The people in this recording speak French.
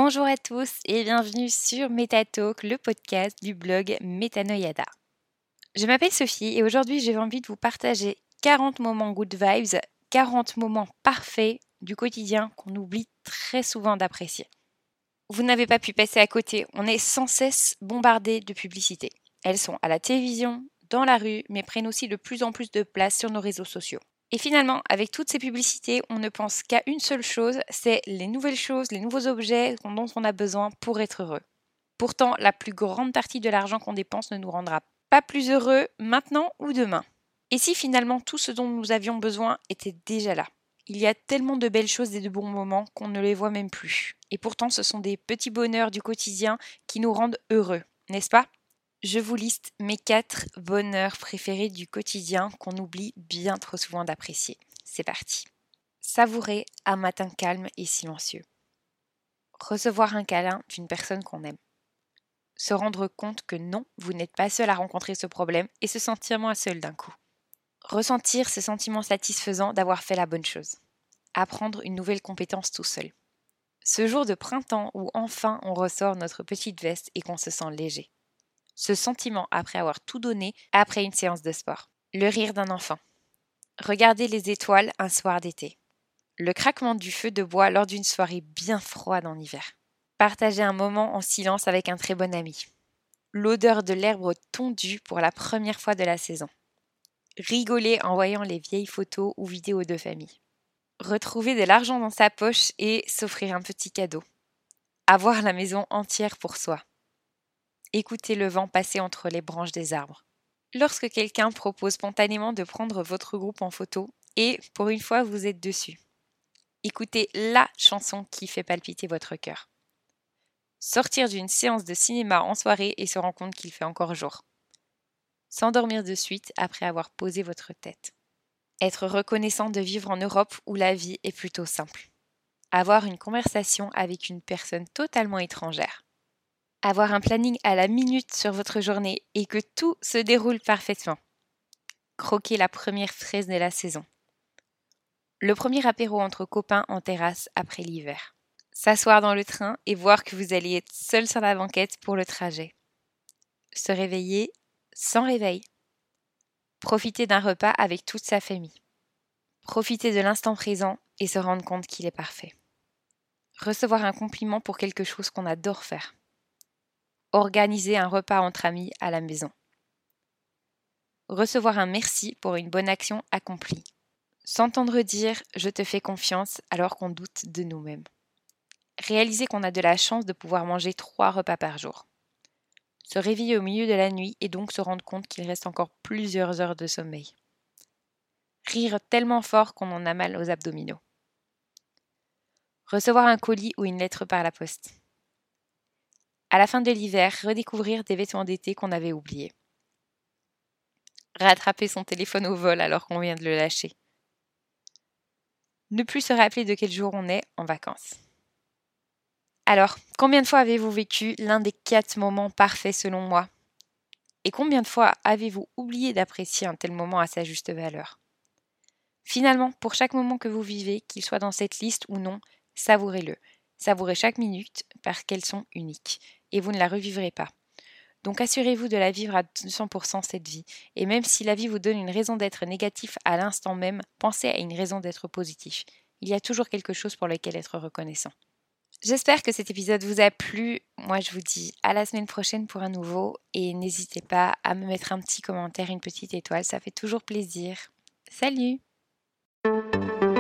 Bonjour à tous et bienvenue sur MetaTalk, le podcast du blog Metanoïada. Je m'appelle Sophie et aujourd'hui j'ai envie de vous partager 40 moments good vibes, 40 moments parfaits du quotidien qu'on oublie très souvent d'apprécier. Vous n'avez pas pu passer à côté, on est sans cesse bombardé de publicités. Elles sont à la télévision, dans la rue, mais prennent aussi de plus en plus de place sur nos réseaux sociaux. Et finalement, avec toutes ces publicités, on ne pense qu'à une seule chose, c'est les nouvelles choses, les nouveaux objets dont on a besoin pour être heureux. Pourtant, la plus grande partie de l'argent qu'on dépense ne nous rendra pas plus heureux maintenant ou demain. Et si finalement tout ce dont nous avions besoin était déjà là? Il y a tellement de belles choses et de bons moments qu'on ne les voit même plus. Et pourtant, ce sont des petits bonheurs du quotidien qui nous rendent heureux, n'est-ce pas? Je vous liste mes 4 bonheurs préférés du quotidien qu'on oublie bien trop souvent d'apprécier. C'est parti. Savourer un matin calme et silencieux. Recevoir un câlin d'une personne qu'on aime. Se rendre compte que non, vous n'êtes pas seul à rencontrer ce problème et se sentir moins seul d'un coup. Ressentir ce sentiment satisfaisant d'avoir fait la bonne chose. Apprendre une nouvelle compétence tout seul. Ce jour de printemps où enfin on ressort notre petite veste et qu'on se sent léger. Ce sentiment après avoir tout donné après une séance de sport. Le rire d'un enfant. Regarder les étoiles un soir d'été. Le craquement du feu de bois lors d'une soirée bien froide en hiver. Partager un moment en silence avec un très bon ami. L'odeur de l'herbe tondue pour la première fois de la saison. Rigoler en voyant les vieilles photos ou vidéos de famille. Retrouver de l'argent dans sa poche et s'offrir un petit cadeau. Avoir la maison entière pour soi. Écoutez le vent passer entre les branches des arbres. Lorsque quelqu'un propose spontanément de prendre votre groupe en photo et, pour une fois, vous êtes dessus. Écoutez la chanson qui fait palpiter votre cœur. Sortir d'une séance de cinéma en soirée et se rendre compte qu'il fait encore jour. S'endormir de suite après avoir posé votre tête. Être reconnaissant de vivre en Europe où la vie est plutôt simple. Avoir une conversation avec une personne totalement étrangère. Avoir un planning à la minute sur votre journée et que tout se déroule parfaitement. Croquer la première fraise de la saison. Le premier apéro entre copains en terrasse après l'hiver. S'asseoir dans le train et voir que vous allez être seul sur la banquette pour le trajet. Se réveiller sans réveil. Profiter d'un repas avec toute sa famille. Profiter de l'instant présent et se rendre compte qu'il est parfait. Recevoir un compliment pour quelque chose qu'on adore faire. Organiser un repas entre amis à la maison. Recevoir un merci pour une bonne action accomplie. S'entendre dire « je te fais confiance » alors qu'on doute de nous-mêmes. Réaliser qu'on a de la chance de pouvoir manger 3 repas par jour. Se réveiller au milieu de la nuit et donc se rendre compte qu'il reste encore plusieurs heures de sommeil. Rire tellement fort qu'on en a mal aux abdominaux. Recevoir un colis ou une lettre par la poste. À la fin de l'hiver, redécouvrir des vêtements d'été qu'on avait oubliés. Rattraper son téléphone au vol alors qu'on vient de le lâcher. Ne plus se rappeler de quel jour on est en vacances. Alors, combien de fois avez-vous vécu l'un des 4 moments parfaits selon moi? Et combien de fois avez-vous oublié d'apprécier un tel moment à sa juste valeur? Finalement, pour chaque moment que vous vivez, qu'il soit dans cette liste ou non, savourez-le. Savourez chaque minute parce qu'elles sont uniques et vous ne la revivrez pas. Donc assurez-vous de la vivre à 200% cette vie. Et même si la vie vous donne une raison d'être négatif à l'instant même, pensez à une raison d'être positif. Il y a toujours quelque chose pour lequel être reconnaissant. J'espère que cet épisode vous a plu. Moi, je vous dis à la semaine prochaine pour un nouveau. Et n'hésitez pas à me mettre un petit commentaire, une petite étoile. Ça fait toujours plaisir. Salut!